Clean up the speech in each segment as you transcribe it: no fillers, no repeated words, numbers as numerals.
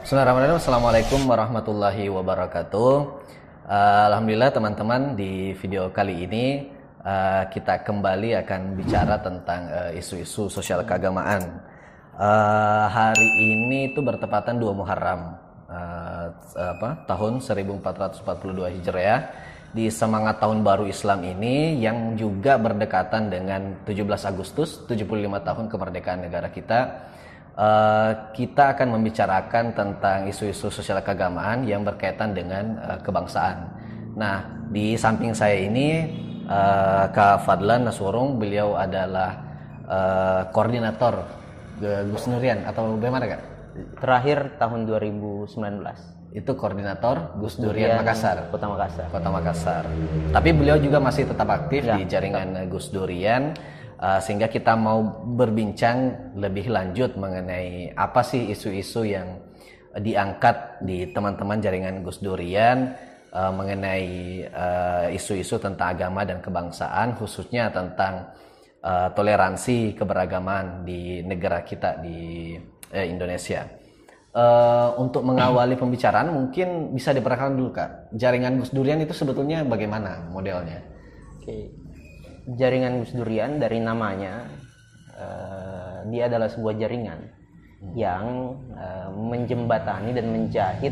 Bismillahirrahmanirrahim. Assalamualaikum warahmatullahi wabarakatuh. Alhamdulillah teman-teman, di video kali ini kita kembali akan bicara tentang isu-isu sosial keagamaan. Hari ini itu bertepatan 2 Muharram tahun 1442 Hijriah, di semangat tahun baru Islam ini yang juga berdekatan dengan 17 Agustus 75 tahun kemerdekaan negara kita. Kita akan membicarakan tentang isu-isu sosial keagamaan yang berkaitan dengan kebangsaan. Nah, di samping saya ini Kak Fadlan Nasworong, beliau adalah koordinator Gus Durian, atau bagaimana Kak? Terakhir tahun 2019. Itu koordinator Gus Durian Makassar. Kota Makassar. Kota Makassar. Tapi beliau juga masih tetap aktif Ya, di jaringan Gus Durian. Sehingga kita mau berbincang lebih lanjut mengenai apa sih isu-isu yang diangkat di teman-teman jaringan Gus Durian, mengenai isu-isu tentang agama dan kebangsaan, khususnya tentang toleransi keberagaman di negara kita, di Indonesia. Untuk mengawali pembicaraan, mungkin bisa diperkenalkan dulu Kak, jaringan Gus Durian itu sebetulnya bagaimana modelnya? Oke. Jaringan Gus Durian dari namanya, dia adalah sebuah jaringan yang menjembatani dan menjahit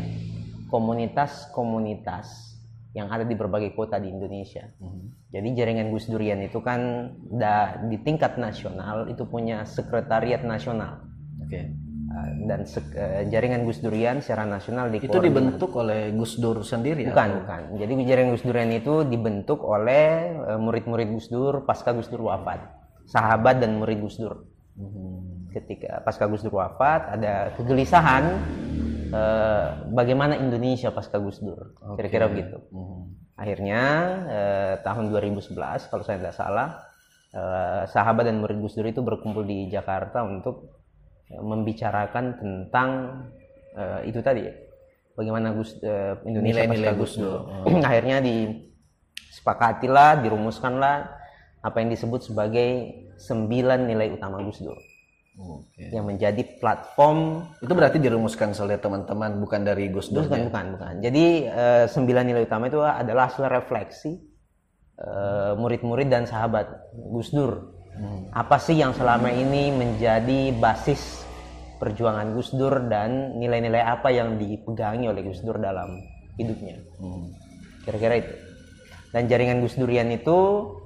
komunitas-komunitas yang ada di berbagai kota di Indonesia. Jadi jaringan Gus Durian itu kan di tingkat nasional itu punya sekretariat nasional. Oke. Dan jaringan Gus Durian secara nasional itu dibentuk oleh Gus Dur sendiri? Bukan. Jadi jaringan Gus Durian itu dibentuk oleh murid-murid Gus Dur pasca Gus Dur wafat, sahabat dan murid Gus Dur. Ketika pasca Gus Dur wafat, ada kegelisahan bagaimana Indonesia pasca Gus Dur, kira-kira begitu. Akhirnya tahun 2011 kalau saya tidak salah, sahabat dan murid Gus Dur itu berkumpul di Jakarta untuk membicarakan tentang itu tadi, bagaimana Indonesia nilai-nilai pasca Gus Dur. Akhirnya disepakatilah, dirumuskanlah apa yang disebut sebagai 9 nilai utama Gus Dur. Yang menjadi platform. Itu berarti dirumuskan oleh teman-teman, bukan dari Gus Dur? Bukan. Jadi 9 nilai utama itu adalah hasil refleksi murid-murid dan sahabat Gus Dur. Apa sih yang selama ini menjadi basis perjuangan Gus Dur dan nilai-nilai apa yang dipegangi oleh Gus Dur dalam hidupnya. Kira-kira itu. Dan jaringan Gus Durian itu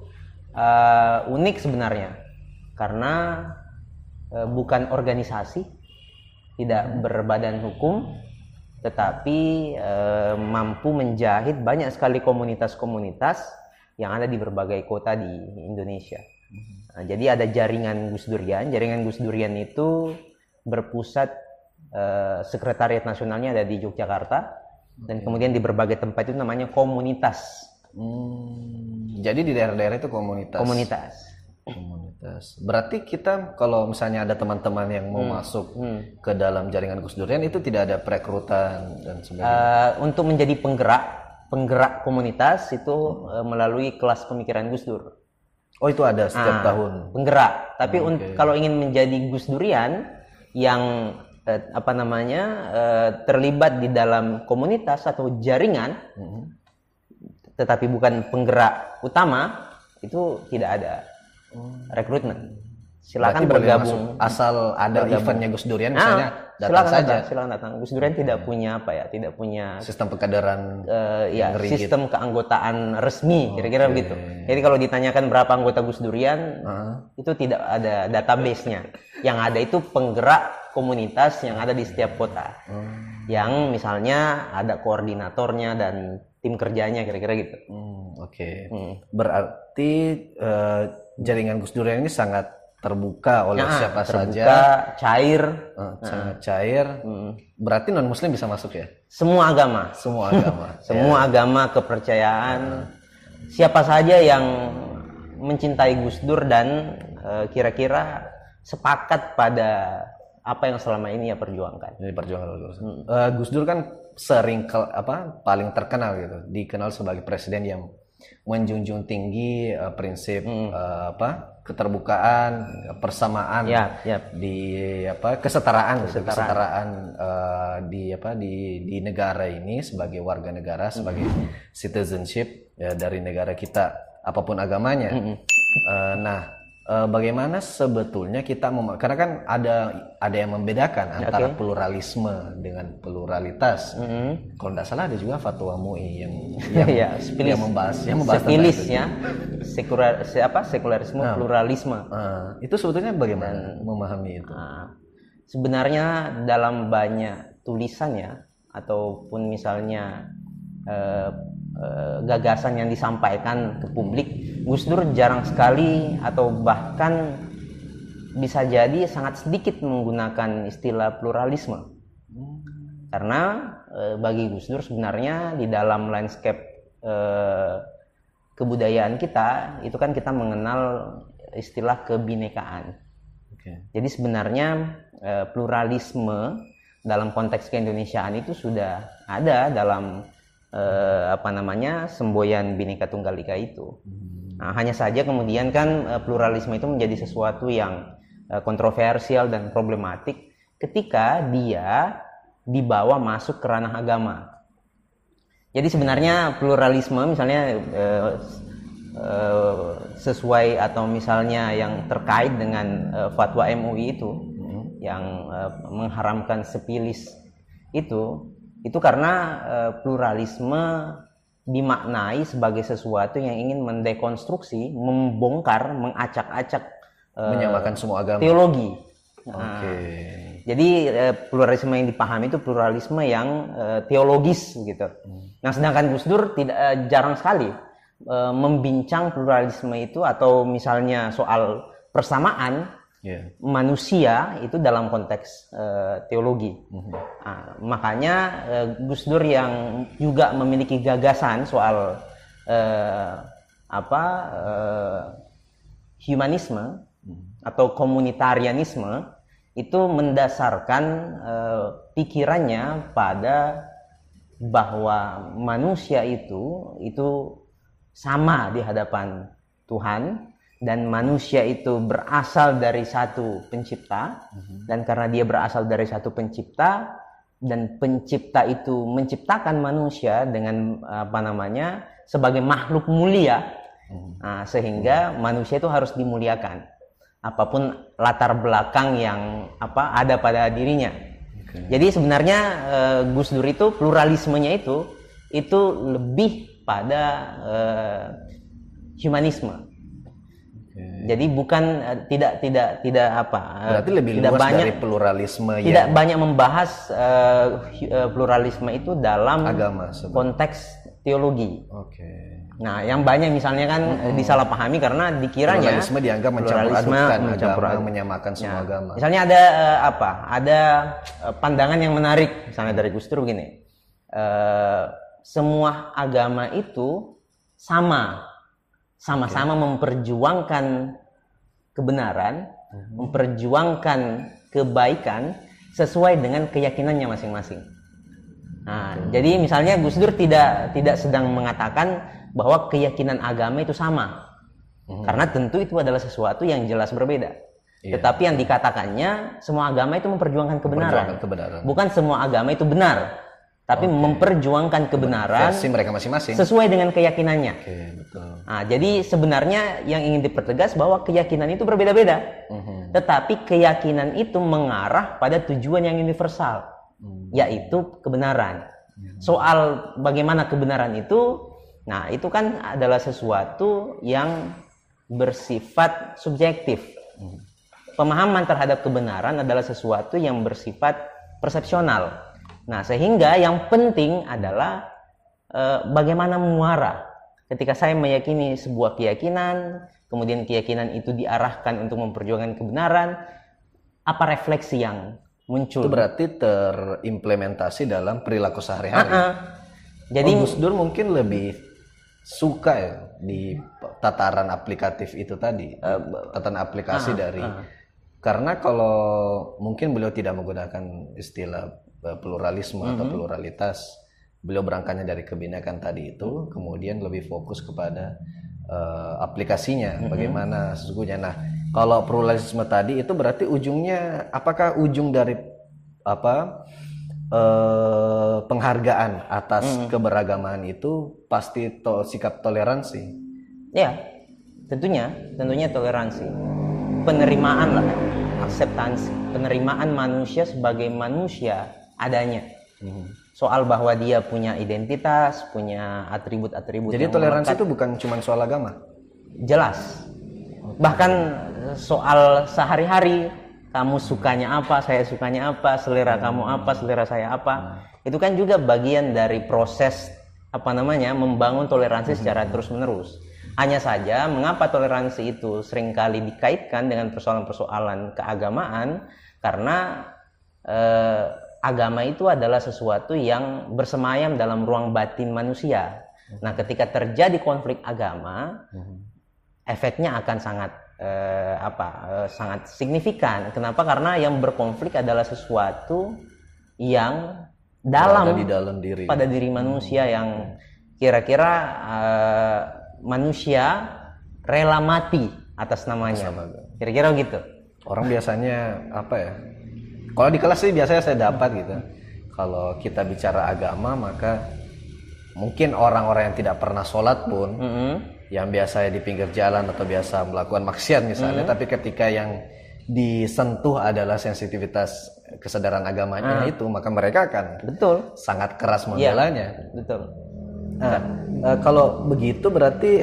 unik sebenarnya karena bukan organisasi, tidak berbadan hukum, tetapi mampu menjahit banyak sekali komunitas-komunitas yang ada di berbagai kota di Indonesia. Nah, jadi ada jaringan Gus Durian. Jaringan Gus Durian itu berpusat, sekretariat nasionalnya ada di Yogyakarta, dan kemudian di berbagai tempat itu namanya komunitas. Jadi di daerah-daerah itu komunitas. Berarti kita kalau misalnya ada teman-teman yang mau masuk ke dalam jaringan Gus Durian, itu tidak ada perekrutan dan sebagainya. Untuk menjadi penggerak komunitas itu melalui kelas pemikiran Gus Dur. Oh, itu ada setiap tahun penggerak. Tapi kalau ingin menjadi Gus Durian yang terlibat di dalam komunitas atau jaringan, tetapi bukan penggerak utama, itu tidak ada rekrutmen. Silakan bergabung asal ada eventnya Gus Durian, misalnya datang saja. Silakan datang. Gus Durian tidak punya tidak punya sistem pengkaderan, sistem keanggotaan resmi, kira-kira begitu. Jadi kalau ditanyakan berapa anggota Gus Durian, itu tidak ada database-nya. Yang ada itu penggerak komunitas yang ada di setiap kota. Yang misalnya ada koordinatornya dan tim kerjanya, kira-kira gitu. Berarti jaringan Gus Durian ini sangat terbuka oleh siapa saja, sangat cair. Berarti non Muslim bisa masuk ya? Semua agama, semua agama, kepercayaan, siapa saja yang mencintai Gus Dur dan kira-kira sepakat pada apa yang selama ini ia perjuangkan. Gus Dur kan paling terkenal gitu, dikenal sebagai presiden yang menjunjung tinggi prinsip keterbukaan, persamaan, di kesetaraan di negara ini sebagai warga negara, sebagai citizenship ya, dari negara kita apapun agamanya. Bagaimana sebetulnya kita karena kan ada yang membedakan antara pluralisme dengan pluralitas. Kalau tidak salah ada juga fatwa MUI yang membahas sepilis ya, sekularisme, pluralisme. Itu sebetulnya bagaimana memahami itu? Sebenarnya dalam banyak tulisannya ataupun misalnya gagasan yang disampaikan ke publik, Gus Dur jarang sekali atau bahkan bisa jadi sangat sedikit menggunakan istilah pluralisme. Karena bagi Gus Dur sebenarnya di dalam landscape kebudayaan kita itu kan kita mengenal istilah kebinekaan. Jadi sebenarnya pluralisme dalam konteks keindonesiaan itu sudah ada dalam semboyan Bhinneka Tunggal Ika itu. Nah, hanya saja kemudian kan pluralisme itu menjadi sesuatu yang kontroversial dan problematik ketika dia dibawa masuk ke ranah agama. Jadi sebenarnya pluralisme misalnya sesuai atau misalnya yang terkait dengan fatwa MUI itu yang mengharamkan sepilis itu karena pluralisme dimaknai sebagai sesuatu yang ingin mendekonstruksi, membongkar, mengacak-acak menyamakan semua agama, teologi. Jadi pluralisme yang dipahami itu pluralisme yang teologis gitu. Nah, sedangkan Gus Dur jarang sekali membincang pluralisme itu atau misalnya soal persamaan manusia itu dalam konteks teologi. Makanya Gus Dur yang juga memiliki gagasan soal humanisme atau komunitarianisme itu mendasarkan pikirannya pada bahwa manusia itu sama di hadapan Tuhan. Dan manusia itu berasal dari satu pencipta, dan karena dia berasal dari satu pencipta, dan pencipta itu menciptakan manusia dengan sebagai makhluk mulia, sehingga manusia itu harus dimuliakan, apapun latar belakang yang ada pada dirinya. Jadi sebenarnya Gus Dur itu pluralismenya itu lebih pada humanisme. Jadi bukan berarti lebih luas dari pluralisme tidak banyak membahas pluralisme itu dalam agama konteks teologi. Nah, yang banyak misalnya kan disalahpahami karena dikiranya pluralisme dianggap mencampur-adukkan agama, menyamakan semua agama. Misalnya ada pandangan yang menarik misalnya dari Gus Dur begini. Semua agama itu sama-sama memperjuangkan kebenaran, memperjuangkan kebaikan sesuai dengan keyakinannya masing-masing. Nah, jadi misalnya Gus Dur tidak sedang mengatakan bahwa keyakinan agama itu sama, karena tentu itu adalah sesuatu yang jelas berbeda. Tetapi yang dikatakannya semua agama itu memperjuangkan kebenaran. Bukan semua agama itu benar, tapi memperjuangkan kebenaran versi mereka masing-masing sesuai dengan keyakinannya. Betul. Nah, jadi sebenarnya yang ingin dipertegas bahwa keyakinan itu berbeda-beda, tetapi keyakinan itu mengarah pada tujuan yang universal, yaitu kebenaran. Soal bagaimana kebenaran itu, nah itu kan adalah sesuatu yang bersifat subjektif. Pemahaman terhadap kebenaran adalah sesuatu yang bersifat persepsional. Nah, sehingga yang penting adalah bagaimana muara. Ketika saya meyakini sebuah keyakinan, kemudian keyakinan itu diarahkan untuk memperjuangkan kebenaran, apa refleksi yang muncul? Itu berarti terimplementasi dalam perilaku sehari-hari. Jadi Gus Dur mungkin lebih suka ya di tataran aplikatif itu tadi, tataran aplikasi karena kalau mungkin beliau tidak menggunakan istilah pluralisme atau pluralitas, beliau berangkatnya dari kebinekaan tadi itu, kemudian lebih fokus kepada aplikasinya, bagaimana sesungguhnya. Nah, kalau pluralisme tadi itu berarti ujungnya, apakah ujung dari penghargaan atas keberagaman itu pasti sikap toleransi? Ya, tentunya toleransi, penerimaan lah, akseptansi, penerimaan manusia sebagai manusia adanya. Soal bahwa dia punya identitas, punya atribut-atribut. Jadi toleransi itu bukan cuma soal agama? Jelas. Bahkan soal sehari-hari, kamu sukanya apa, saya sukanya apa, selera kamu apa, selera saya apa. Itu kan juga bagian dari proses membangun toleransi secara terus-menerus. Hanya saja mengapa toleransi itu seringkali dikaitkan dengan persoalan-persoalan keagamaan, karena agama itu adalah sesuatu yang bersemayam dalam ruang batin manusia. Nah, ketika terjadi konflik agama, efeknya akan sangat signifikan. Kenapa? Karena yang berkonflik adalah sesuatu yang pada diri manusia, yang kira-kira manusia rela mati atas namanya. Kira-kira gitu. Orang biasanya kalau di kelas sih biasanya saya dapat gitu. Kalau kita bicara agama, maka mungkin orang-orang yang tidak pernah sholat pun, yang biasanya di pinggir jalan atau biasa melakukan maksiat misalnya, tapi ketika yang disentuh adalah sensitivitas kesadaran agamanya itu, maka mereka akan sangat keras membelanya. Betul. Nah, kalau begitu berarti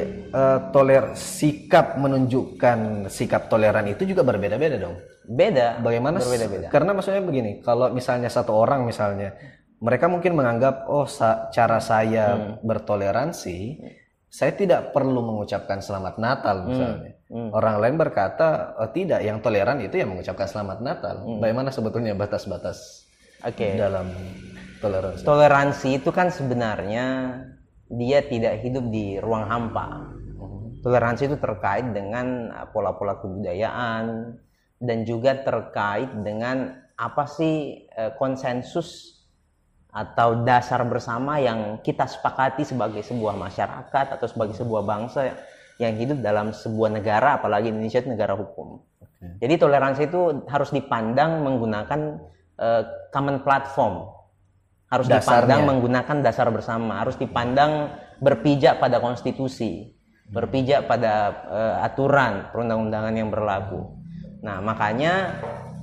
sikap menunjukkan sikap toleran itu juga berbeda-beda dong. Beda. Bagaimana? Berbeda-beda. Karena maksudnya begini, kalau misalnya satu orang mereka mungkin menganggap cara saya bertoleransi, saya tidak perlu mengucapkan selamat Natal misalnya. Orang lain berkata, tidak, yang toleran itu yang mengucapkan selamat Natal. Bagaimana sebetulnya batas-batas dalam toleransi? Toleransi itu kan sebenarnya dia tidak hidup di ruang hampa. Toleransi itu terkait dengan pola-pola kebudayaan, dan juga terkait dengan apa sih konsensus atau dasar bersama yang kita sepakati sebagai sebuah masyarakat atau sebagai sebuah bangsa yang hidup dalam sebuah negara, apalagi Indonesia itu negara hukum. Jadi toleransi itu harus dipandang menggunakan common platform, harus dipandang menggunakan dasar bersama, harus dipandang berpijak pada konstitusi, berpijak pada aturan perundang-undangan yang berlaku. Nah, makanya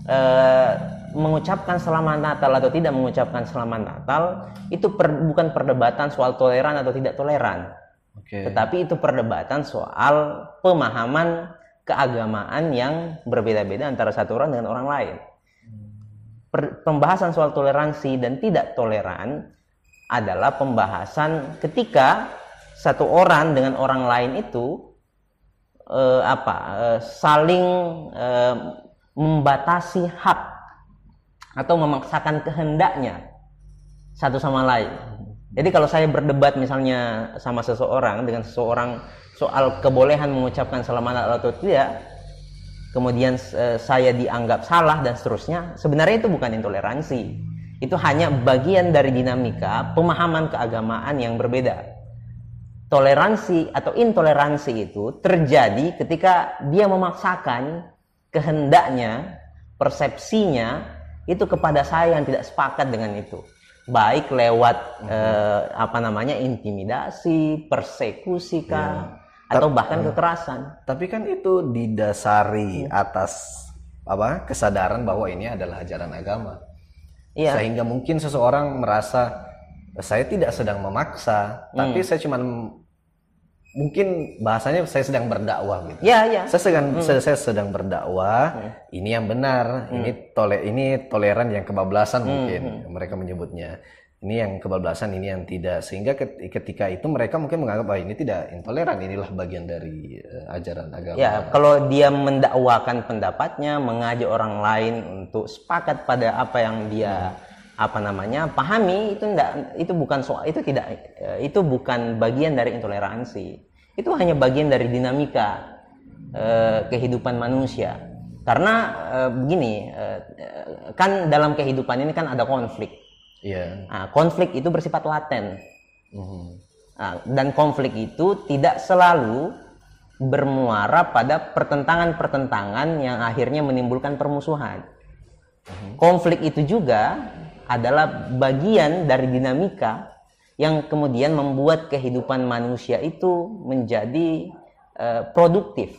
mengucapkan selamat Natal atau tidak mengucapkan selamat Natal itu bukan perdebatan soal toleran atau tidak toleran, tetapi itu perdebatan soal pemahaman keagamaan yang berbeda-beda antara satu orang dengan orang lain. Pembahasan soal toleransi dan tidak toleran adalah pembahasan ketika satu orang dengan orang lain itu saling membatasi hak atau memaksakan kehendaknya satu sama lain. Jadi kalau saya berdebat misalnya sama dengan seseorang soal kebolehan mengucapkan selamat Natal atau tidak, kemudian saya dianggap salah dan seterusnya, sebenarnya itu bukan intoleransi. Itu hanya bagian dari dinamika pemahaman keagamaan yang berbeda. Toleransi atau intoleransi itu terjadi ketika dia memaksakan kehendaknya, persepsinya itu kepada saya yang tidak sepakat dengan itu, baik lewat intimidasi, persekusi atau bahkan kekerasan. Tapi kan itu didasari atas kesadaran bahwa ini adalah ajaran agama. Sehingga mungkin seseorang merasa saya tidak sedang memaksa, tapi saya cuman mungkin bahasanya saya sedang berdakwah gitu. Saya sedang berdakwah. Ini yang benar, ini toleran yang kebablasan mungkin mereka menyebutnya. Ini yang kebablasan, ini yang tidak. Sehingga ketika itu mereka mungkin menganggap ini tidak intoleran, inilah bagian dari ajaran agama. Kalau dia mendakwakan pendapatnya, mengajak orang lain untuk sepakat pada apa yang dia pahami, itu bukan soal, itu bukan bagian dari intoleransi. Itu hanya bagian dari dinamika kehidupan manusia. Karena begini, kan dalam kehidupan ini kan ada konflik. Iya. Nah, konflik itu bersifat laten. Mhm. Nah, dan konflik itu tidak selalu bermuara pada pertentangan-pertentangan yang akhirnya menimbulkan permusuhan. Konflik itu juga adalah bagian dari dinamika yang kemudian membuat kehidupan manusia itu menjadi produktif.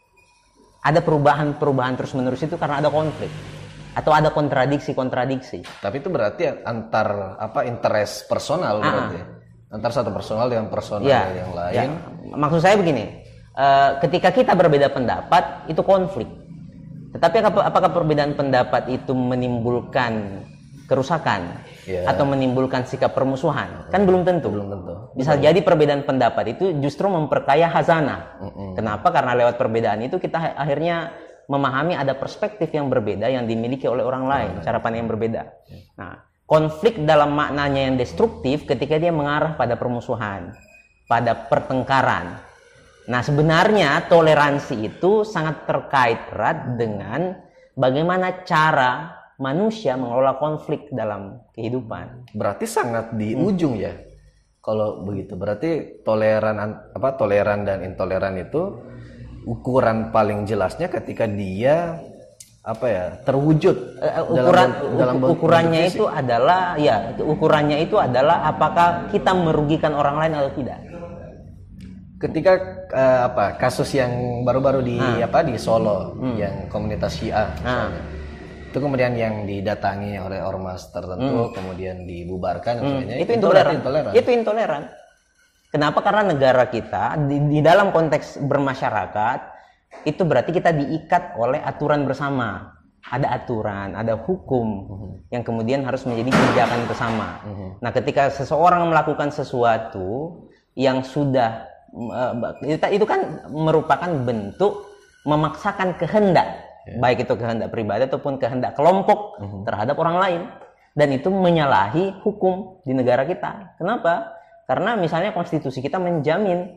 Ada perubahan-perubahan terus-menerus itu karena ada konflik atau ada kontradiksi-kontradiksi. Tapi itu berarti antar interest personal berarti. Antar satu personal dengan personal yang lain. Ya. Maksud saya begini, ketika kita berbeda pendapat itu konflik. Tetapi apakah perbedaan pendapat itu menimbulkan kerusakan atau menimbulkan sikap permusuhan? Kan belum tentu. Bisa jadi perbedaan pendapat itu justru memperkaya khazanah. Kenapa? Karena lewat perbedaan itu kita akhirnya memahami ada perspektif yang berbeda yang dimiliki oleh orang lain, cara pandang yang berbeda. Nah, konflik dalam maknanya yang destruktif ketika dia mengarah pada permusuhan, pada pertengkaran. Nah, sebenarnya toleransi itu sangat terkait erat dengan bagaimana cara manusia mengelola konflik dalam kehidupan. Berarti sangat di ujung ya. Kalau begitu, berarti toleran dan intoleran itu ukuran paling jelasnya ketika dia terwujud ukurannya itu adalah ukurannya itu adalah apakah kita merugikan orang lain atau tidak. Ketika kasus yang baru-baru di Solo yang komunitas Syiah itu kemudian yang didatangi oleh ormas tertentu kemudian dibubarkan itu intoleran. Kenapa? Karena negara kita di dalam konteks bermasyarakat itu berarti kita diikat oleh aturan bersama. Ada aturan, ada hukum yang kemudian harus menjadi pijakan bersama. Nah, ketika seseorang melakukan sesuatu yang sudah itu kan merupakan bentuk memaksakan kehendak, baik itu kehendak pribadi ataupun kehendak kelompok terhadap orang lain, dan itu menyalahi hukum di negara kita. Kenapa? Karena misalnya konstitusi kita menjamin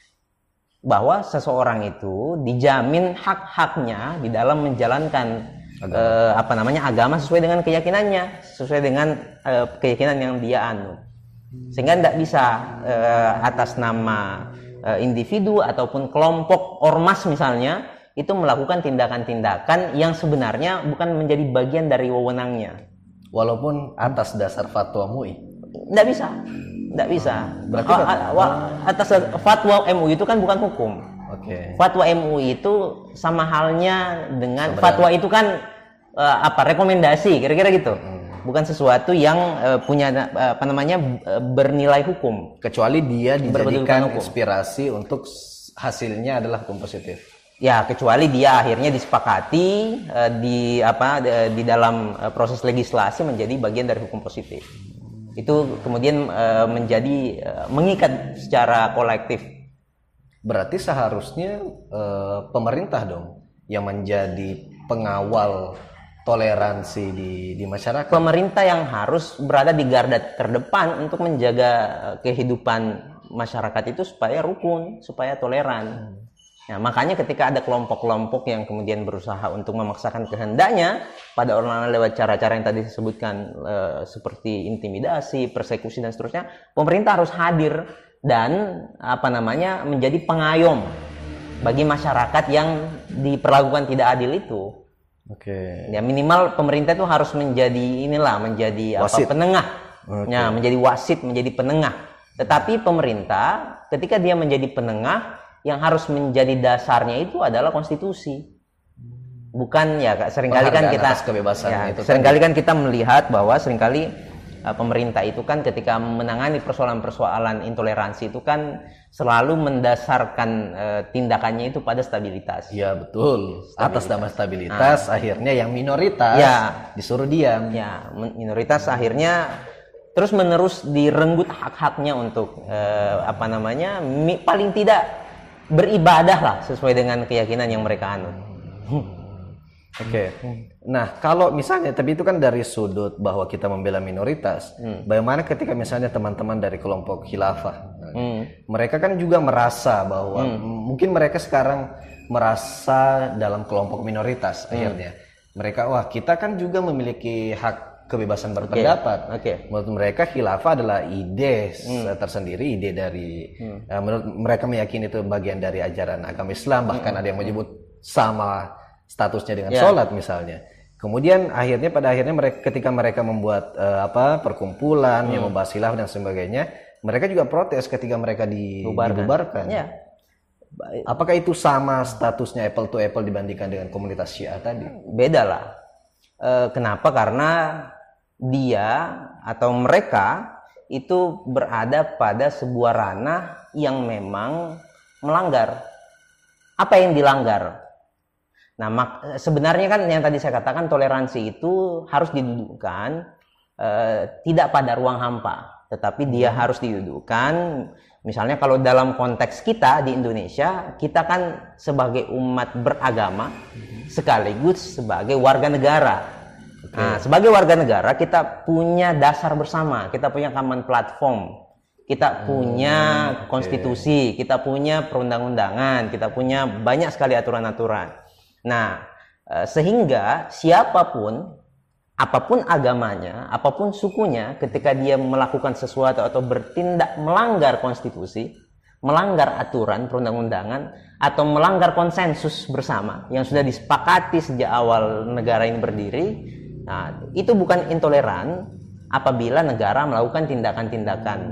bahwa seseorang itu dijamin hak-haknya di dalam menjalankan agama sesuai dengan keyakinannya, sesuai dengan keyakinan yang dia anut. Sehingga tidak bisa atas nama individu ataupun kelompok ormas misalnya itu melakukan tindakan-tindakan yang sebenarnya bukan menjadi bagian dari wewenangnya. Walaupun atas dasar fatwa MUI. Tidak bisa. Berarti atas fatwa MUI itu kan bukan hukum. Fatwa MUI itu sama halnya dengan fatwa itu kan rekomendasi, kira-kira gitu. Bukan sesuatu yang punya bernilai hukum, kecuali dia dijadikan inspirasi untuk hasilnya adalah hukum positif. Ya, kecuali dia akhirnya disepakati di dalam proses legislasi menjadi bagian dari hukum positif. Itu kemudian menjadi mengikat secara kolektif. Berarti seharusnya pemerintah dong yang menjadi pengawal toleransi di masyarakat. Pemerintah yang harus berada di garda terdepan untuk menjaga kehidupan masyarakat itu supaya rukun, supaya toleran. Nah, makanya ketika ada kelompok-kelompok yang kemudian berusaha untuk memaksakan kehendaknya pada orang-orang lewat cara-cara yang tadi disebutkan seperti intimidasi, persekusi dan seterusnya, pemerintah harus hadir dan menjadi pengayom bagi masyarakat yang diperlakukan tidak adil itu. Ya, minimal pemerintah itu harus menjadi penengah. Ya, menjadi wasit, menjadi penengah. Tetapi pemerintah ketika dia menjadi penengah, yang harus menjadi dasarnya itu adalah konstitusi. Bukan seringkali kan kita seringkali kan kita melihat bahwa seringkali pemerintah itu kan ketika menangani persoalan-persoalan intoleransi itu kan selalu mendasarkan tindakannya itu pada stabilitas. Ya, betul. Atas nama stabilitas akhirnya yang minoritas disuruh diam. Ya, minoritas akhirnya terus menerus direnggut hak-haknya untuk paling tidak beribadah lah sesuai dengan keyakinan yang mereka anut. Nah, kalau misalnya, tapi itu kan dari sudut bahwa kita membela minoritas. Bagaimana ketika misalnya teman-teman dari kelompok khilafah, mereka kan juga merasa bahwa mungkin mereka sekarang merasa dalam kelompok minoritas akhirnya. Mereka, kita kan juga memiliki hak kebebasan berpendapat. Oke. Menurut mereka khilafah adalah ide tersendiri, ide dari menurut mereka meyakini itu bagian dari ajaran agama Islam, bahkan ada yang menyebut sama statusnya dengan sholat misalnya. Kemudian pada akhirnya ketika mereka membuat perkumpulan yang membahas khilafah dan sebagainya, mereka juga protes ketika mereka dibubarkan. Ya. Apakah itu sama statusnya apple to apple dibandingkan dengan komunitas Syiah tadi? Beda lah. Kenapa? Karena dia atau mereka itu berada pada sebuah ranah yang memang melanggar. Apa yang dilanggar? Nah, sebenarnya kan yang tadi saya katakan toleransi itu harus didudukkan tidak pada ruang hampa, tetapi dia harus didudukkan. Misalnya kalau dalam konteks kita di Indonesia, kita kan sebagai umat beragama sekaligus sebagai warga negara. Nah, sebagai warga negara kita punya dasar bersama, kita punya common platform, kita punya konstitusi, kita punya perundang-undangan, kita punya banyak sekali aturan-aturan. Nah, sehingga siapapun, apapun agamanya, apapun sukunya, ketika dia melakukan sesuatu atau bertindak melanggar konstitusi, melanggar aturan perundang-undangan, atau melanggar konsensus bersama yang sudah disepakati sejak awal negara ini berdiri, nah, itu bukan intoleran apabila negara melakukan tindakan-tindakan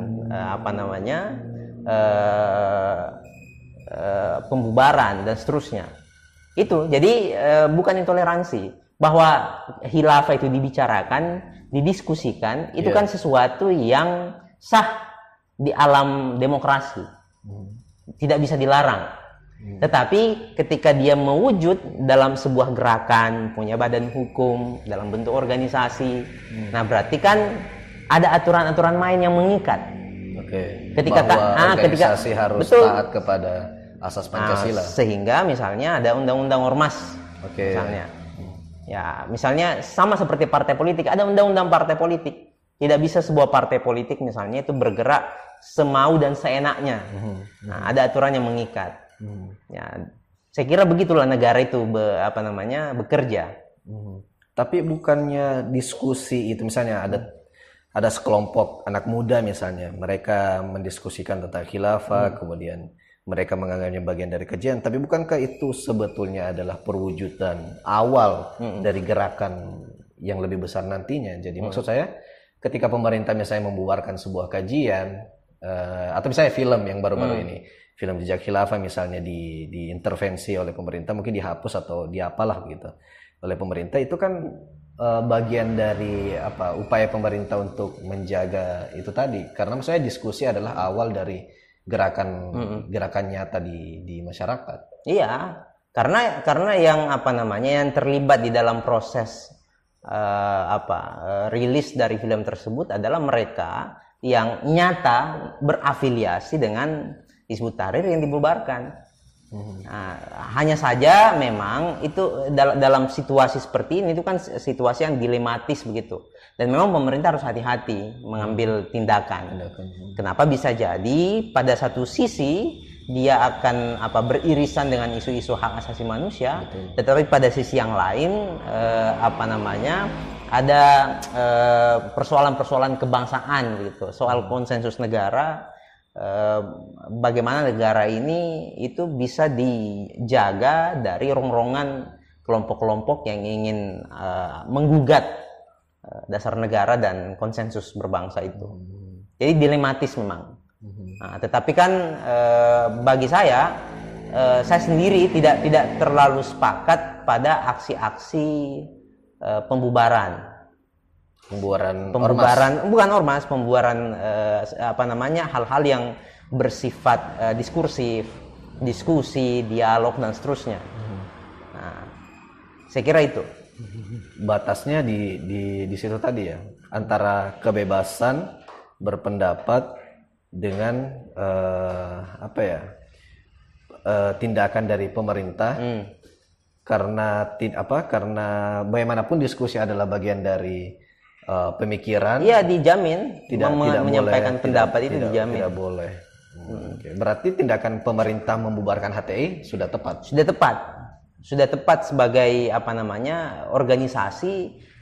pembubaran dan seterusnya. Itu jadi bukan intoleransi. Bahwa khilafah itu dibicarakan, didiskusikan, itu kan sesuatu yang sah di alam demokrasi, tidak bisa dilarang. Tetapi ketika dia mewujud dalam sebuah gerakan, punya badan hukum, dalam bentuk organisasi, nah berarti kan ada aturan-aturan main yang mengikat. Ketika organisasi harus taat kepada asas Pancasila. Sehingga misalnya ada undang-undang ormas, misalnya. Ya, misalnya sama seperti partai politik, ada undang-undang partai politik. Tidak bisa sebuah partai politik misalnya itu bergerak semau dan seenaknya. Nah, ada aturan yang mengikat. Ya, saya kira begitulah negara itu bekerja. Tapi bukannya diskusi itu misalnya ada sekelompok anak muda misalnya, mereka mendiskusikan tentang khilafah, kemudian mereka menganggapnya bagian dari kajian, tapi bukankah itu sebetulnya adalah perwujudan awal dari gerakan yang lebih besar nantinya? Jadi maksud saya, ketika pemerintah misalnya membubarkan sebuah kajian, atau misalnya film yang baru-baru ini, film Jejak Khilafah misalnya diintervensi oleh pemerintah, mungkin dihapus atau diapalah gitu oleh pemerintah, itu kan bagian dari upaya pemerintah untuk menjaga itu tadi. Karena maksudnya diskusi adalah awal dari gerakan nyata di masyarakat. Iya, karena yang yang terlibat di dalam proses rilis dari film tersebut adalah mereka yang nyata berafiliasi dengan Hizbut Tahrir yang dibubarkan. Nah, hanya saja memang itu dalam situasi seperti ini itu kan situasi yang dilematis begitu, dan memang pemerintah harus hati-hati mengambil tindakan. Kenapa? Bisa jadi pada satu sisi dia akan beririsan dengan isu-isu hak asasi manusia, tetapi pada sisi yang lain ada persoalan-persoalan kebangsaan gitu, soal konsensus negara. Bagaimana negara ini itu bisa dijaga dari rongrongan kelompok-kelompok yang ingin menggugat dasar negara dan konsensus berbangsa itu. Jadi dilematis memang. Nah, tetapi kan bagi saya sendiri tidak terlalu sepakat pada aksi-aksi pembubaran bukan ormas, pembubaran hal-hal yang bersifat diskursif, diskusi, dialog dan seterusnya. Nah, saya kira itu batasnya di situ tadi ya, antara kebebasan berpendapat dengan tindakan dari pemerintah. Karena bagaimanapun diskusi adalah bagian dari pemikiran. Iya, dijamin. Tidak menyampaikan boleh, pendapat itu dijamin. Tidak boleh. Berarti tindakan pemerintah membubarkan HTI sudah tepat. Sudah tepat sebagai organisasi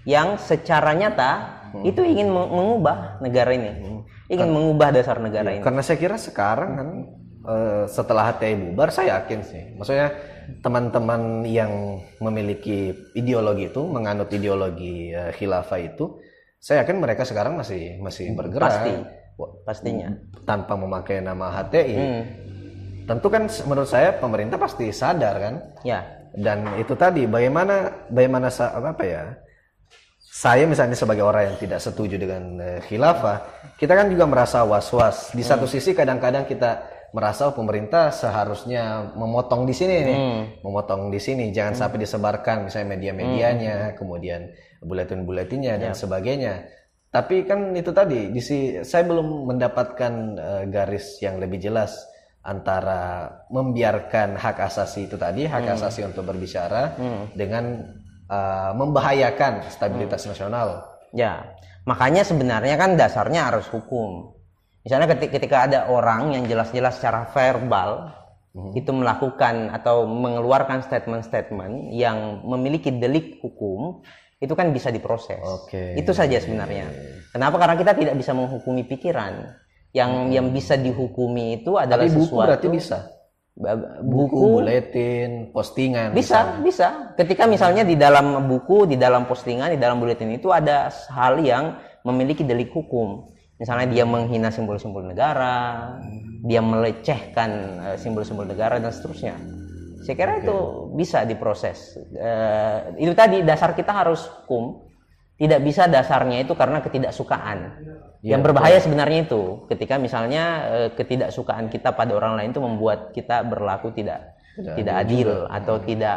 yang secara nyata itu ingin mengubah negara ini, ingin mengubah dasar negara ini. Karena saya kira sekarang kan setelah HTI bubar, saya yakin sih, maksudnya teman-teman yang memiliki ideologi itu, menganut ideologi khilafah itu, saya yakin mereka sekarang masih bergerak. Pastinya. Tanpa memakai nama HTI. Tentu kan menurut saya pemerintah pasti sadar kan. Ya. Dan itu tadi bagaimana apa ya? Saya misalnya sebagai orang yang tidak setuju dengan khilafah, kita kan juga merasa was-was. Di satu sisi kadang-kadang kita merasa pemerintah seharusnya memotong di sini nih, memotong di sini, jangan sampai disebarkan misalnya media-medianya, kemudian buletin-buletinnya dan sebagainya. Tapi kan itu tadi, saya belum mendapatkan garis yang lebih jelas antara membiarkan hak asasi itu tadi, hak asasi untuk berbicara dengan membahayakan stabilitas nasional. Ya, makanya sebenarnya kan dasarnya harus hukum. Misalnya ketika ada orang yang jelas-jelas secara verbal itu melakukan atau mengeluarkan statement-statement yang memiliki delik hukum, itu kan bisa diproses. Itu saja sebenarnya. Kenapa? Karena kita tidak bisa menghukumi pikiran. Yang bisa dihukumi itu adalah buku sesuatu. Berarti bisa. Buku, buletin, postingan. Bisa. Ketika misalnya di dalam buku, di dalam postingan, di dalam buletin itu ada hal yang memiliki delik hukum. Misalnya dia menghina simbol-simbol negara, dia melecehkan simbol-simbol negara dan seterusnya. Saya kira itu bisa diproses. Itu tadi dasar kita harus hukum. Tidak bisa dasarnya itu karena ketidaksukaan. Yang berbahaya sebenarnya itu ketika misalnya ketidaksukaan kita pada orang lain itu membuat kita berlaku tidak adil atau tidak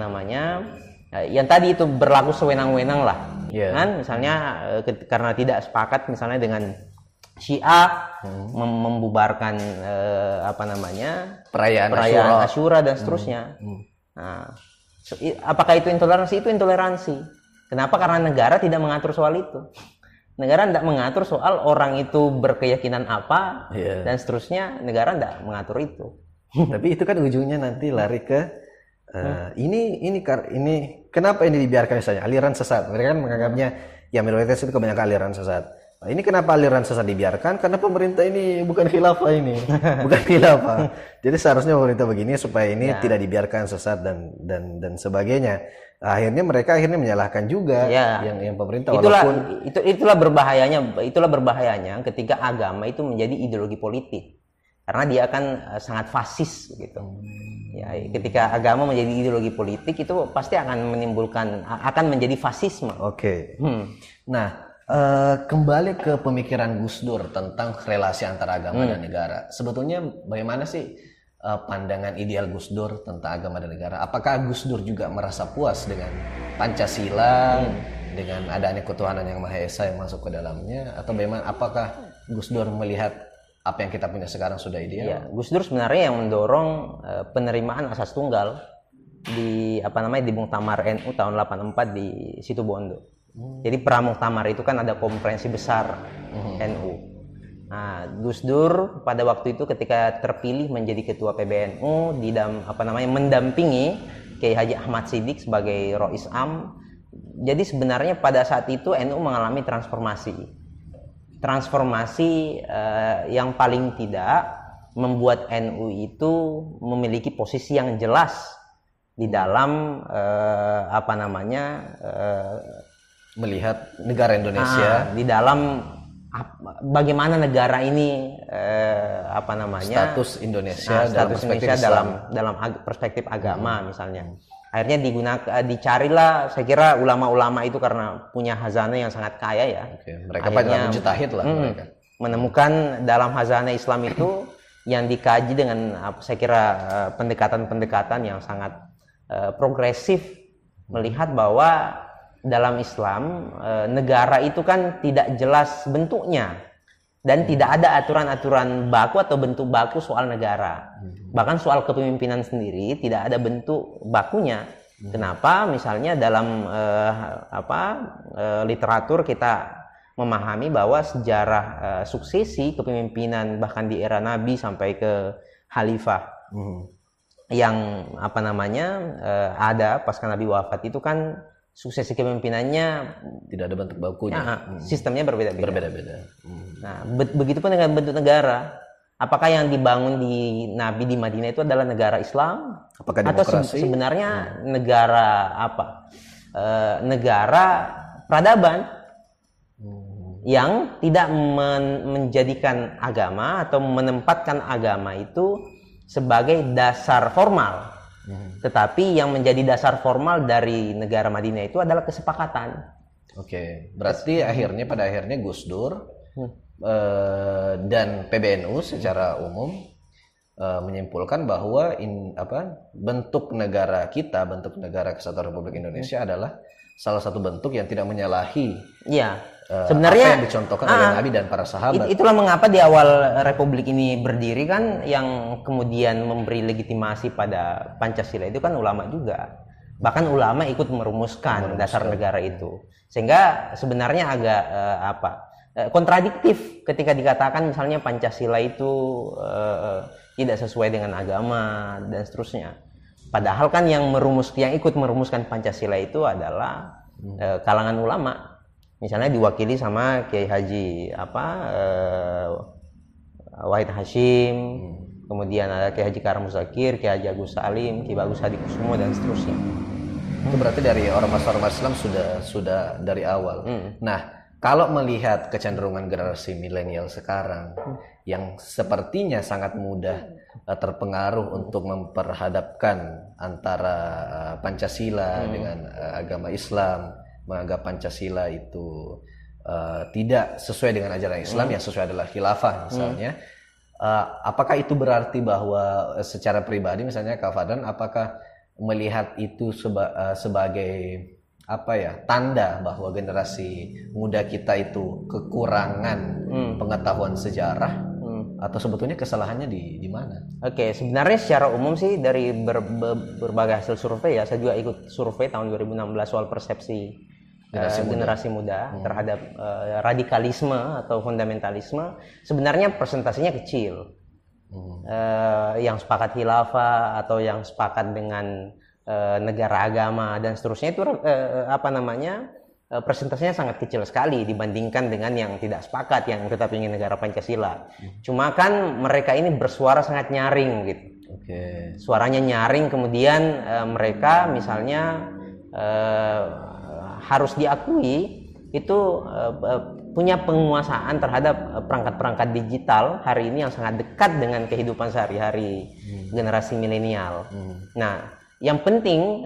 yang tadi itu berlaku sewenang-wenang lah. Kan misalnya karena tidak sepakat misalnya dengan Syiah membubarkan perayaan Asyura dan seterusnya. Nah, apakah itu intoleransi? Itu intoleransi. Kenapa? Karena negara tidak mengatur soal itu. Negara tidak mengatur soal orang itu berkeyakinan apa dan seterusnya. Negara tidak mengatur itu. Tapi itu kan ujungnya nanti lari ke ini kenapa ini dibiarkan misalnya aliran sesat. Mereka kan menganggapnya ya minoritas itu kebanyakan aliran sesat. Nah, ini kenapa aliran sesat dibiarkan? Karena pemerintah ini bukan khilafah ini, bukan khilafah. Jadi seharusnya pemerintah begini supaya ini tidak dibiarkan sesat dan sebagainya. Akhirnya mereka menyalahkan juga yang pemerintah. Itulah berbahayanya ketika agama itu menjadi ideologi politik. Karena dia akan sangat fasis gitu. Ya, ketika agama menjadi ideologi politik itu pasti akan menjadi fasisme. Nah, kembali ke pemikiran Gus Dur tentang relasi antara agama dan negara. Sebetulnya bagaimana sih pandangan ideal Gus Dur tentang agama dan negara? Apakah Gus Dur juga merasa puas dengan Pancasila, dengan adanya ketuhanan yang Maha Esa yang masuk ke dalamnya, atau bagaimana? Apakah Gus Dur melihat apa yang kita punya sekarang sudah ideal? Ya, Gus Dur sebenarnya yang mendorong penerimaan asas tunggal di Muktamar NU tahun 84 di Situbondo. Jadi Pramuktamar itu kan ada konferensi besar NU. Nah, Gus Dur pada waktu itu ketika terpilih menjadi ketua PBNU mendampingi Kiai Haji Ahmad Siddiq sebagai Rois Am. Jadi sebenarnya pada saat itu NU mengalami transformasi yang paling tidak membuat NU itu memiliki posisi yang jelas di dalam melihat negara Indonesia di dalam bagaimana negara ini status Indonesia dalam perspektif agama misalnya. Akhirnya dicarilah, saya kira ulama-ulama itu karena punya khazanah yang sangat kaya ya. Mereka akhirnya mujtahid lah mereka. Menemukan dalam khazanah Islam itu yang dikaji dengan saya kira pendekatan-pendekatan yang sangat progresif, melihat bahwa dalam Islam negara itu kan tidak jelas bentuknya dan tidak ada aturan-aturan baku atau bentuk baku soal negara. Bahkan soal kepemimpinan sendiri tidak ada bentuk bakunya. Kenapa? Misalnya dalam literatur kita memahami bahwa sejarah suksesi kepemimpinan bahkan di era Nabi sampai ke khalifah yang ada pasca Nabi wafat itu kan suksesi kepemimpinannya tidak ada bentuk bakunya. Sistemnya berbeda-beda. Berbeda-beda. Nah, begitupun dengan bentuk negara. Apakah yang dibangun di Nabi di Madinah itu adalah negara Islam? Apakah atau sebenarnya negara apa? Negara peradaban yang tidak menjadikan agama atau menempatkan agama itu sebagai dasar formal. Tetapi yang menjadi dasar formal dari negara Madinah itu adalah kesepakatan. Oke, berarti pada akhirnya Gus Dur dan PBNU secara umum menyimpulkan bahwa bentuk negara kita, bentuk negara Kesatuan Republik Indonesia adalah salah satu bentuk yang tidak menyalahi sebenarnya apa yang dicontohkan oleh Nabi dan para sahabat. Itulah mengapa di awal Republik ini berdiri kan yang kemudian memberi legitimasi pada Pancasila itu kan ulama juga. Bahkan ulama ikut merumuskan dasar negara itu. Sehingga sebenarnya agak kontradiktif ketika dikatakan misalnya Pancasila itu tidak sesuai dengan agama dan seterusnya. Padahal kan yang ikut merumuskan Pancasila itu adalah kalangan ulama. Misalnya diwakili sama Kiai Haji Wahid Hashim, kemudian ada Kiai Haji Karam Muzakir, Kiai Haji Agus Salim, Kiai Bagus Hadi Kusumo dan seterusnya. Itu berarti dari ormas-ormas Islam sudah dari awal. Nah, kalau melihat kecenderungan generasi milenial sekarang yang sepertinya sangat mudah terpengaruh untuk memperhadapkan antara Pancasila dengan agama Islam, menganggap Pancasila itu tidak sesuai dengan ajaran Islam, yang sesuai adalah khilafah misalnya. Apakah itu berarti bahwa secara pribadi misalnya Kak Fadlan, apakah melihat itu sebagai tanda bahwa generasi muda kita itu kekurangan pengetahuan sejarah, atau sebetulnya kesalahannya di mana? Oke, sebenarnya secara umum sih dari berbagai hasil survei saya juga ikut survei tahun 2016 soal persepsi generasi muda terhadap radikalisme atau fundamentalisme. Sebenarnya persentasenya kecil. Yang sepakat khilafah atau yang sepakat dengan negara agama dan seterusnya itu persentasenya sangat kecil sekali dibandingkan dengan yang tidak sepakat, yang tetap ingin negara Pancasila. Cuma kan mereka ini bersuara sangat nyaring gitu. Suaranya nyaring, kemudian mereka misalnya harus diakui itu punya penguasaan terhadap perangkat-perangkat digital hari ini yang sangat dekat dengan kehidupan sehari-hari generasi milenial. Nah, yang penting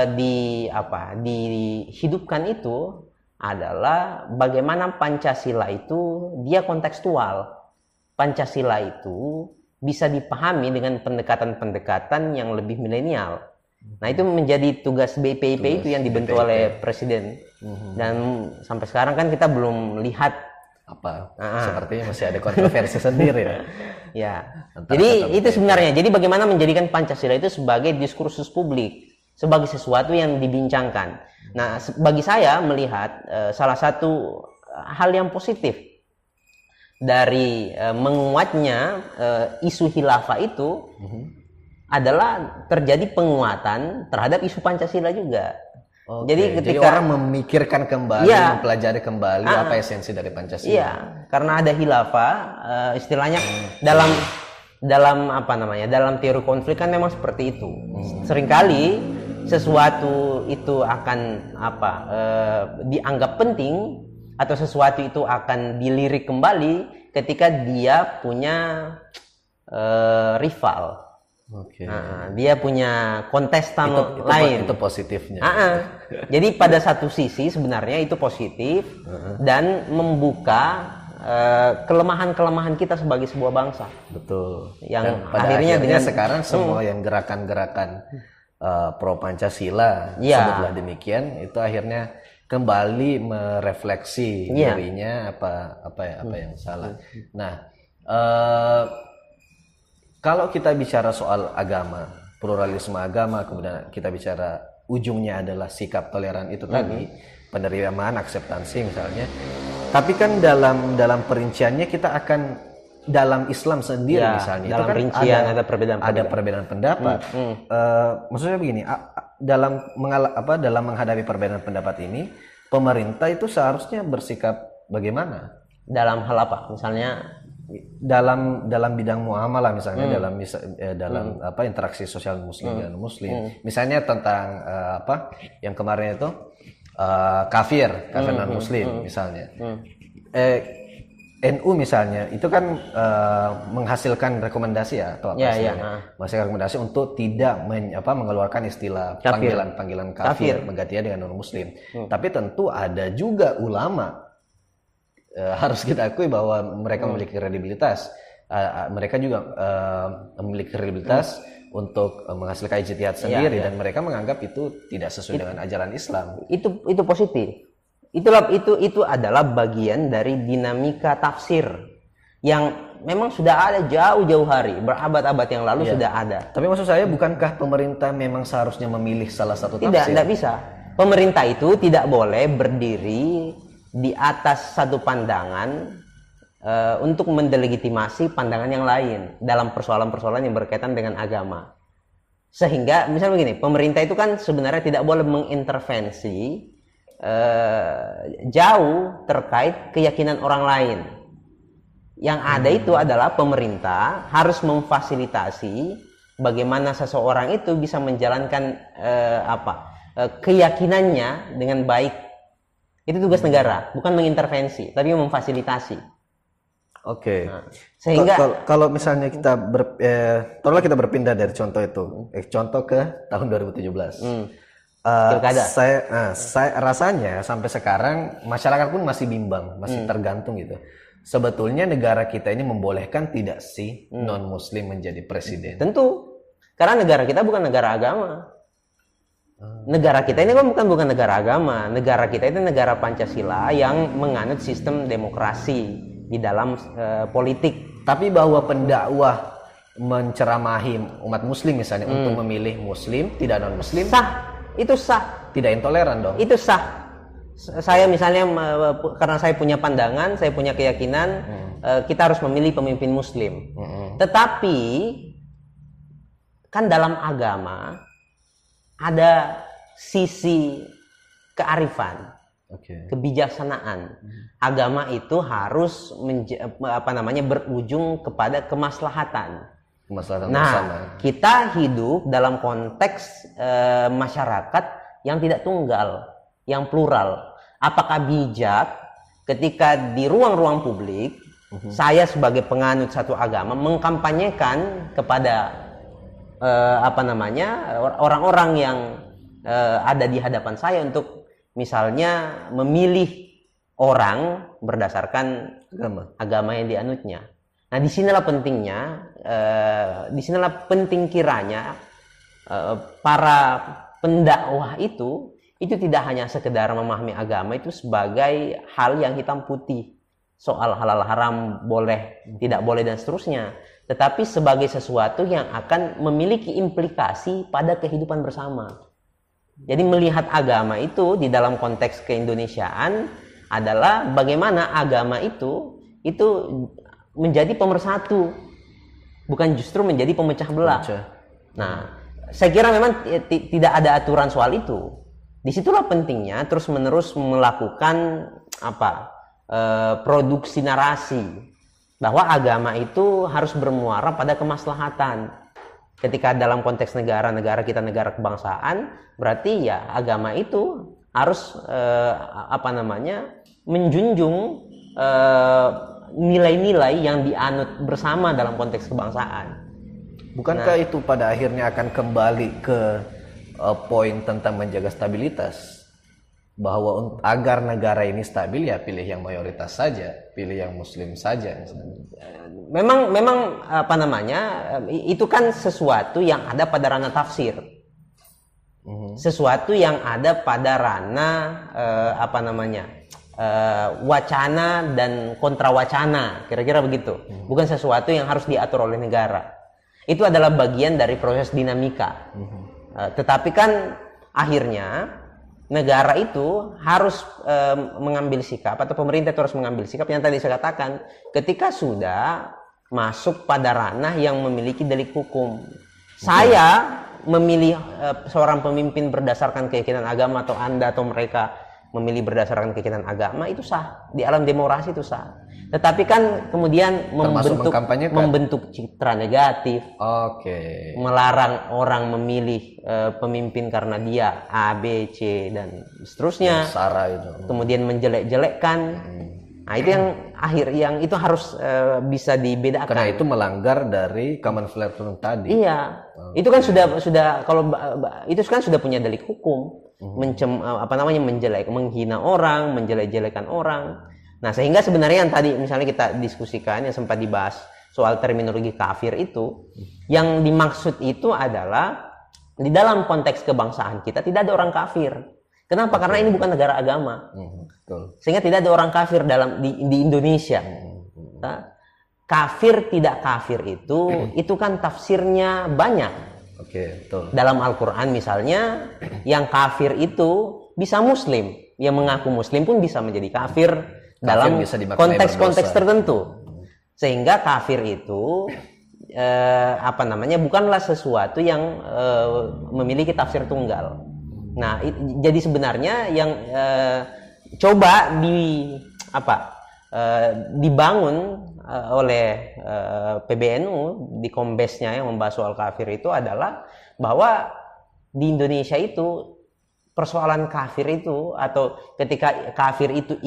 dihidupkan itu adalah bagaimana Pancasila itu dia kontekstual. Pancasila itu bisa dipahami dengan pendekatan-pendekatan yang lebih milenial. Nah, itu menjadi tugas BPIP itu yang dibentuk oleh Presiden. Dan sampai sekarang kan kita belum lihat sepertinya masih ada kontroversi sendiri ya. Jadi itu sebenarnya. Jadi bagaimana menjadikan Pancasila itu sebagai diskursus publik, sebagai sesuatu yang dibincangkan. Nah, bagi saya melihat salah satu hal yang positif dari menguatnya isu khilafah itu adalah terjadi penguatan terhadap isu Pancasila juga. Jadi ketika orang memikirkan kembali, mempelajari kembali apa esensi dari Pancasila. Iya, karena ada khilafah, istilahnya dalam dalam teori konflik kan memang seperti itu. Seringkali sesuatu itu akan dianggap penting atau sesuatu itu akan dilirik kembali ketika dia punya rival. Dia punya kontestan lain. Itu positifnya. Jadi pada satu sisi sebenarnya itu positif dan membuka kelemahan-kelemahan kita sebagai sebuah bangsa. Betul. Yang pada akhirnya dengan sekarang semua yang gerakan-gerakan pro Pancasila sebutlah demikian, itu akhirnya kembali merefleksi dirinya apa yang salah. Nah, kalau kita bicara soal agama, pluralisme agama, kemudian kita bicara ujungnya adalah sikap toleran itu tadi, penerimaan, akseptansi misalnya. Tapi kan dalam perinciannya kita akan dalam Islam sendiri misalnya dalam itu kan rincian ada perbedaan pendapat. Maksudnya begini, dalam menghadapi perbedaan pendapat ini, pemerintah itu seharusnya bersikap bagaimana? Dalam hal apa? Misalnya dalam bidang muamalah misalnya, dalam interaksi sosial muslim dan muslim. Misalnya tentang yang kemarin itu kafir non muslim misalnya. NU misalnya itu kan menghasilkan rekomendasi atau menghasilkan rekomendasi untuk tidak mengeluarkan istilah panggilan kafir, menggantinya dengan non muslim. Tapi tentu ada juga ulama, harus kita akui bahwa mereka memiliki kredibilitas. Mereka juga memiliki kredibilitas untuk menghasilkan ijtihad sendiri, dan mereka menganggap itu tidak sesuai dengan ajaran Islam. Itu positif. Itu adalah bagian dari dinamika tafsir yang memang sudah ada jauh-jauh hari, berabad-abad yang lalu sudah ada. Tapi maksud saya, bukankah pemerintah memang seharusnya memilih salah satu tafsir? Tidak bisa. Pemerintah itu tidak boleh berdiri di atas satu pandangan untuk mendelegitimasi pandangan yang lain dalam persoalan-persoalan yang berkaitan dengan agama. Sehingga misalnya begini, pemerintah itu kan sebenarnya tidak boleh mengintervensi jauh terkait keyakinan orang lain. Yang ada itu adalah pemerintah harus memfasilitasi bagaimana seseorang itu bisa menjalankan keyakinannya dengan baik. Itu tugas negara, bukan mengintervensi, tapi memfasilitasi. Oke. Nah, sehingga kalau misalnya kita kita berpindah dari contoh itu, contoh ke tahun 2017. Saya rasanya sampai sekarang masyarakat pun masih bimbang, masih tergantung gitu. Sebetulnya negara kita ini membolehkan tidak sih non muslim menjadi presiden? Tentu, karena negara kita bukan negara agama. Negara kita ini kan bukan negara agama. Negara kita itu negara Pancasila yang menganut sistem demokrasi di dalam politik. Tapi bahwa pendakwah menceramahi umat muslim misalnya untuk memilih muslim, tidak non muslim, sah. Itu sah. Tidak intoleran dong? Itu sah. Saya misalnya karena saya punya pandangan, saya punya keyakinan, kita harus memilih pemimpin muslim. Tetapi kan dalam agama ada sisi kearifan, kebijaksanaan. Agama itu harus berujung kepada kemaslahatan. Bersama. Kita hidup dalam konteks masyarakat yang tidak tunggal, yang plural. Apakah bijak ketika di ruang-ruang publik saya sebagai penganut satu agama mengkampanyekan kepada orang-orang yang ada di hadapan saya untuk misalnya memilih orang berdasarkan agama yang dianutnya. Nah, disinilah penting kiranya para pendakwah itu tidak hanya sekedar memahami agama itu sebagai hal yang hitam putih, soal halal haram boleh tidak boleh dan seterusnya, tetapi sebagai sesuatu yang akan memiliki implikasi pada kehidupan bersama. Jadi melihat agama itu di dalam konteks keindonesiaan adalah bagaimana agama itu menjadi pemersatu, bukan justru menjadi pemecah belah. Nah, saya kira memang tidak ada aturan soal itu. Disitulah pentingnya terus-menerus melakukan produksi narasi bahwa agama itu harus bermuara pada kemaslahatan. Ketika dalam konteks negara kita negara kebangsaan, berarti ya agama itu harus menjunjung nilai-nilai yang dianut bersama dalam konteks kebangsaan. Bukankah itu pada akhirnya akan kembali ke poin tentang menjaga stabilitas? Bahwa agar negara ini stabil ya pilih yang mayoritas saja, pilih yang muslim saja. Memang itu kan sesuatu yang ada pada ranah tafsir. Sesuatu yang ada pada ranah wacana dan kontra wacana, kira-kira begitu. Bukan sesuatu yang harus diatur oleh negara. Itu adalah bagian dari proses dinamika. Tetapi kan akhirnya negara itu harus mengambil sikap, atau pemerintah itu harus mengambil sikap yang tadi saya katakan, ketika sudah masuk pada ranah yang memiliki delik hukum. Saya memilih seorang pemimpin berdasarkan keyakinan agama, atau Anda atau mereka memilih berdasarkan keyakinan agama, itu sah. Di alam demokrasi itu sah. Tetapi kan kemudian membentuk citra negatif. Melarang orang memilih pemimpin karena dia A, B, C dan seterusnya. Sara itu. Kemudian menjelek-jelekkan. Nah, itu yang itu harus bisa dibedakan. Karena itu melanggar dari common platform tadi. Iya. Itu kan sudah kalau itu kan sudah punya delik hukum. Menghina orang, menjelek-jelekan orang. Nah, sehingga sebenarnya yang tadi misalnya kita diskusikan, yang sempat dibahas soal terminologi kafir itu, yang dimaksud itu adalah di dalam konteks kebangsaan kita tidak ada orang kafir. Kenapa? Karena ini bukan negara agama. Sehingga tidak ada orang kafir di Indonesia. Nah, kafir tidak kafir itu kan tafsirnya banyak. Betul. Dalam Al-Quran misalnya, yang kafir itu bisa muslim, yang mengaku muslim pun bisa menjadi kafir dalam konteks-konteks tertentu. Sehingga kafir itu bukanlah sesuatu yang memiliki tafsir tunggal. Nah, jadi sebenarnya yang coba dibangun oleh PBNU di kombesnya yang membahas soal kafir itu adalah bahwa di Indonesia itu persoalan kafir itu, atau ketika kafir itu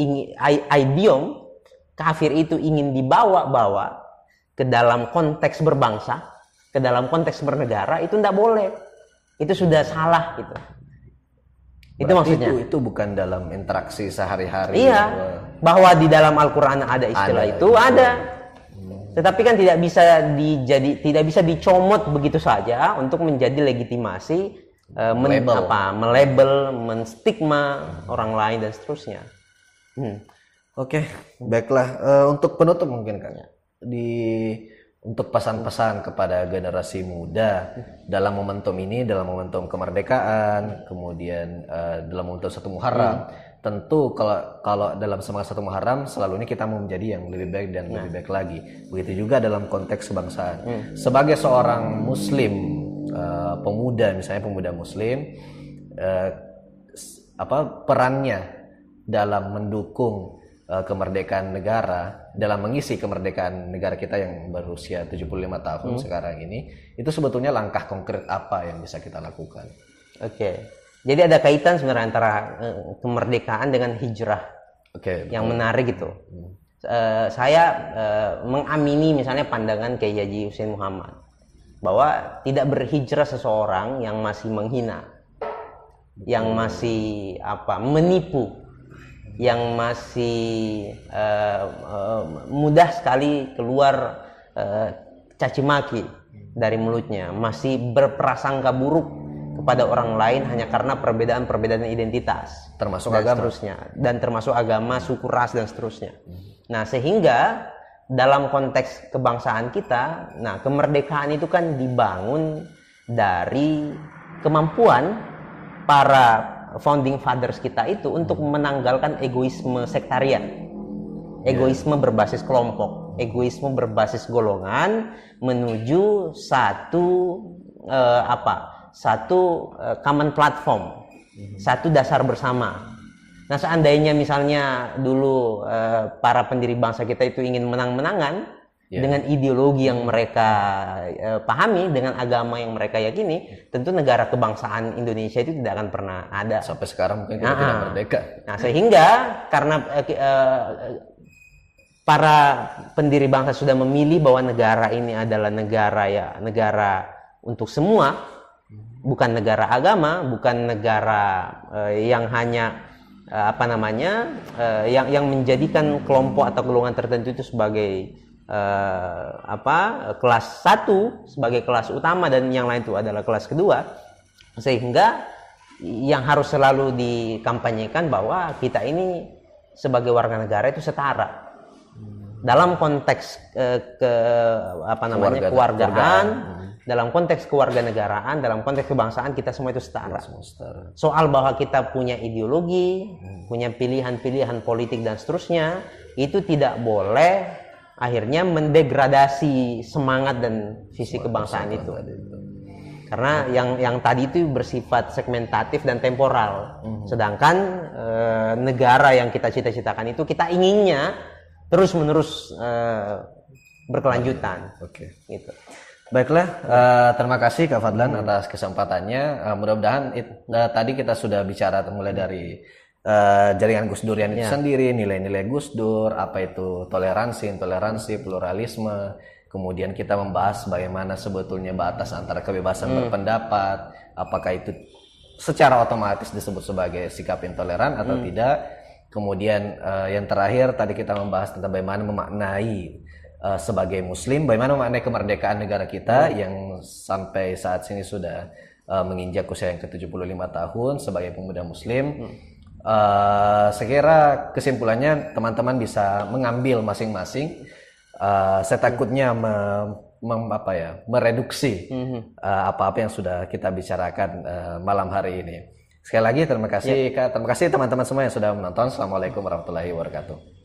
kafir itu ingin dibawa-bawa ke dalam konteks berbangsa, ke dalam konteks bernegara, itu tidak boleh. Itu sudah salah gitu. Itu maksudnya. Itu bukan dalam interaksi sehari-hari. Iya. Bahwa di dalam Al-Qur'an ada istilah itu ada. Tetapi kan tidak bisa dicomot begitu saja untuk menjadi legitimasi melabel, menstigma orang lain dan seterusnya. Oke, baiklah. Untuk penutup mungkin Kang, untuk pesan-pesan kepada generasi muda dalam momentum ini, dalam momentum kemerdekaan, kemudian dalam momentum 1 Muharram. Tentu kalau dalam semangat 1 Muharram selalu ini kita mau menjadi yang lebih baik dan lebih baik lagi. Begitu juga dalam konteks kebangsaan. Sebagai seorang Muslim, pemuda Muslim, perannya dalam mendukung kemerdekaan negara, dalam mengisi kemerdekaan negara kita yang berusia 75 tahun sekarang ini, itu sebetulnya langkah konkret apa yang bisa kita lakukan? Jadi ada kaitan sebenarnya antara kemerdekaan dengan hijrah. Yang menarik gitu. Saya mengamini misalnya pandangan Kiai Haji Hussein Muhammad bahwa tidak berhijrah seseorang yang masih menghina, yang masih menipu, yang masih mudah sekali keluar caci maki dari mulutnya, masih berprasangka buruk kepada orang lain hanya karena perbedaan-perbedaan identitas, termasuk dan agama, seterusnya, dan termasuk agama, suku, ras dan seterusnya. Nah, sehingga dalam konteks kebangsaan kita, kemerdekaan itu kan dibangun dari kemampuan para founding fathers kita itu untuk menanggalkan egoisme sektarian, egoisme berbasis kelompok, egoisme berbasis golongan, menuju satu common platform, satu dasar bersama. Nah, seandainya misalnya dulu para pendiri bangsa kita itu ingin menang-menangan dengan ideologi yang mereka pahami, dengan agama yang mereka yakini, tentu negara kebangsaan Indonesia itu tidak akan pernah ada. Sampai sekarang mungkin kita tidak merdeka. Nah, sehingga karena para pendiri bangsa sudah memilih bahwa negara ini adalah negara untuk semua, bukan negara agama, bukan negara yang hanya yang menjadikan kelompok atau golongan tertentu itu sebagai kelas 1 sebagai kelas utama dan yang lain itu adalah kelas kedua, sehingga yang harus selalu dikampanyekan bahwa kita ini sebagai warga negara itu setara dalam konteks kewargaan, dalam konteks kewarganegaraan, dalam konteks kebangsaan, kita semua itu setara. Soal bahwa kita punya ideologi, punya pilihan-pilihan politik dan seterusnya, itu tidak boleh akhirnya mendegradasi semangat dan visi kebangsaan itu. Karena yang tadi itu bersifat segmentatif dan temporal. Sedangkan negara yang kita cita-citakan itu kita inginnya terus-menerus berkelanjutan. Oke. Gitu. Baiklah, terima kasih Kak Fadlan atas kesempatannya. Mudah-mudahan tadi kita sudah bicara mulai dari jaringan Gus Durian itu sendiri, nilai-nilai Gus Dur, apa itu toleransi, intoleransi, pluralisme. Kemudian kita membahas bagaimana sebetulnya batas antara kebebasan berpendapat, apakah itu secara otomatis disebut sebagai sikap intoleran atau tidak. Kemudian yang terakhir tadi kita membahas tentang bagaimana memaknai sebagai Muslim, bagaimana memaknai kemerdekaan negara kita yang sampai saat ini sudah menginjak usia yang ke-75 tahun sebagai pemuda Muslim. Saya kira kesimpulannya teman-teman bisa mengambil masing-masing. Saya takutnya mereduksi apa-apa yang sudah kita bicarakan malam hari ini. Sekali lagi terima kasih Kak, terima kasih teman-teman semua yang sudah menonton. Assalamualaikum warahmatullahi wabarakatuh.